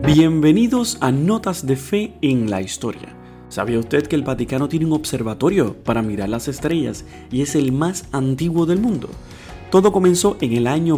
Bienvenidos a Notas de Fe en la Historia. ¿Sabía usted que el Vaticano tiene un observatorio para mirar las estrellas y es el más antiguo del mundo? Todo comenzó en el año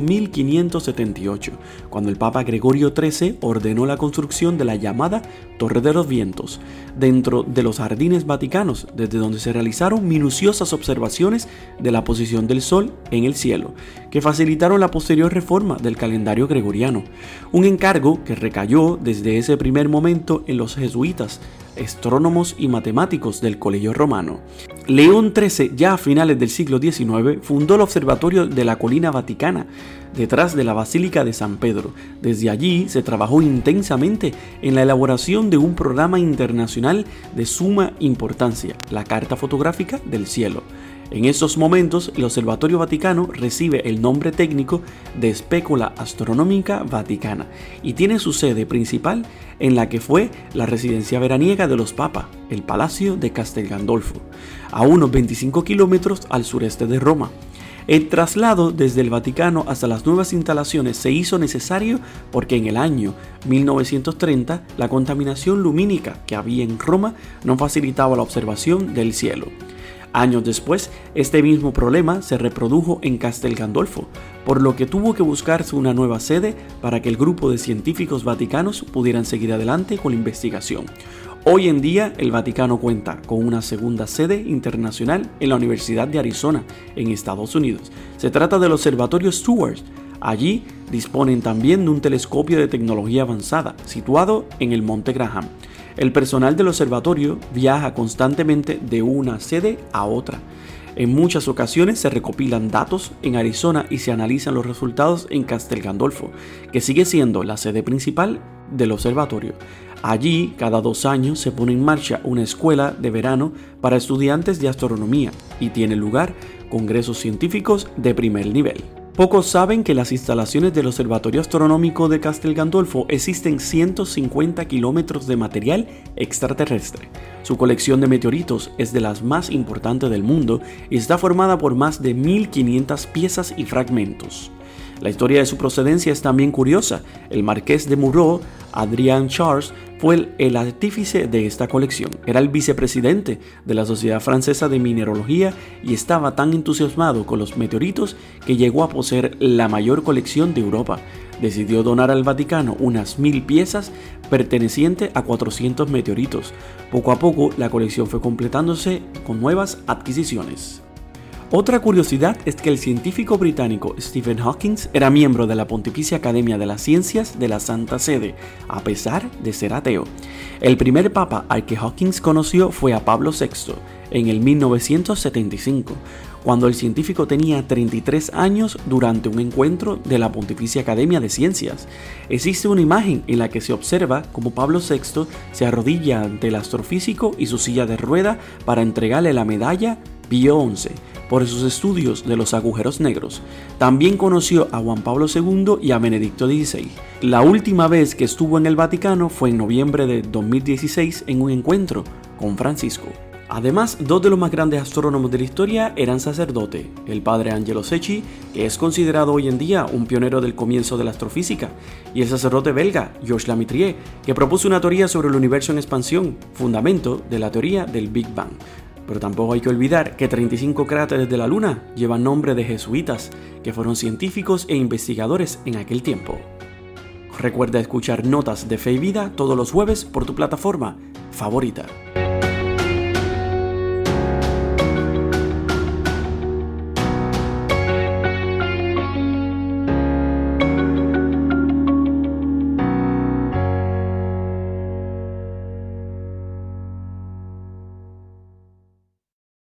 1578, cuando el Papa Gregorio XIII ordenó la construcción de la llamada Torre de los Vientos, dentro de los jardines vaticanos, desde donde se realizaron minuciosas observaciones de la posición del Sol en el cielo, que facilitaron la posterior reforma del calendario gregoriano, un encargo que recayó desde ese primer momento en los jesuitas, astrónomos y matemáticos del Colegio Romano. León XIII, ya a finales del siglo XIX, fundó el Observatorio de la Colina Vaticana, detrás de la Basílica de San Pedro. Desde allí se trabajó intensamente en la elaboración de un programa internacional de suma importancia, la Carta Fotográfica del Cielo. En esos momentos, el Observatorio Vaticano recibe el nombre técnico de Specula Astronomica Vaticana y tiene su sede principal en la que fue la residencia veraniega de los papas, el Palacio de Castel Gandolfo, a unos 25 kilómetros al sureste de Roma. El traslado desde el Vaticano hasta las nuevas instalaciones se hizo necesario porque en el año 1930 la contaminación lumínica que había en Roma no facilitaba la observación del cielo. Años después, este mismo problema se reprodujo en Castel Gandolfo, por lo que tuvo que buscarse una nueva sede para que el grupo de científicos vaticanos pudieran seguir adelante con la investigación. Hoy en día, el Vaticano cuenta con una segunda sede internacional en la Universidad de Arizona, en Estados Unidos. Se trata del Observatorio Stewart. Allí disponen también de un telescopio de tecnología avanzada, situado en el Monte Graham. El personal del observatorio viaja constantemente de una sede a otra. En muchas ocasiones se recopilan datos en Arizona y se analizan los resultados en Castel Gandolfo, que sigue siendo la sede principal del observatorio. Allí, cada 2 años, se pone en marcha una escuela de verano para estudiantes de astronomía y tiene lugar congresos científicos de primer nivel. Pocos saben que en las instalaciones del Observatorio Astronómico de Castel Gandolfo existen 150 kilómetros de material extraterrestre. Su colección de meteoritos es de las más importantes del mundo y está formada por más de 1500 piezas y fragmentos. La historia de su procedencia es también curiosa. El marqués de Murau, Adrien Charles, fue el artífice de esta colección. Era el vicepresidente de la Sociedad Francesa de Mineralogía y estaba tan entusiasmado con los meteoritos que llegó a poseer la mayor colección de Europa. Decidió donar al Vaticano unas 1000 piezas pertenecientes a 400 meteoritos. Poco a poco, la colección fue completándose con nuevas adquisiciones. Otra curiosidad es que el científico británico Stephen Hawking era miembro de la Pontificia Academia de las Ciencias de la Santa Sede, a pesar de ser ateo. El primer papa al que Hawking conoció fue a Pablo VI en el 1975, cuando el científico tenía 33 años durante un encuentro de la Pontificia Academia de Ciencias. Existe una imagen en la que se observa cómo Pablo VI se arrodilla ante el astrofísico y su silla de rueda para entregarle la medalla Pío XI por sus estudios de los agujeros negros. También conoció a Juan Pablo II y a Benedicto XVI. La última vez que estuvo en el Vaticano fue en noviembre de 2016 en un encuentro con Francisco. Además, 2 de los más grandes astrónomos de la historia eran sacerdotes, el padre Angelo Secchi, que es considerado hoy en día un pionero del comienzo de la astrofísica, y el sacerdote belga Georges Lemaître, que propuso una teoría sobre el universo en expansión, fundamento de la teoría del Big Bang. Pero tampoco hay que olvidar que 35 cráteres de la Luna llevan nombre de jesuitas, que fueron científicos e investigadores en aquel tiempo. Recuerda escuchar Notas de Fe y Vida todos los jueves por tu plataforma favorita.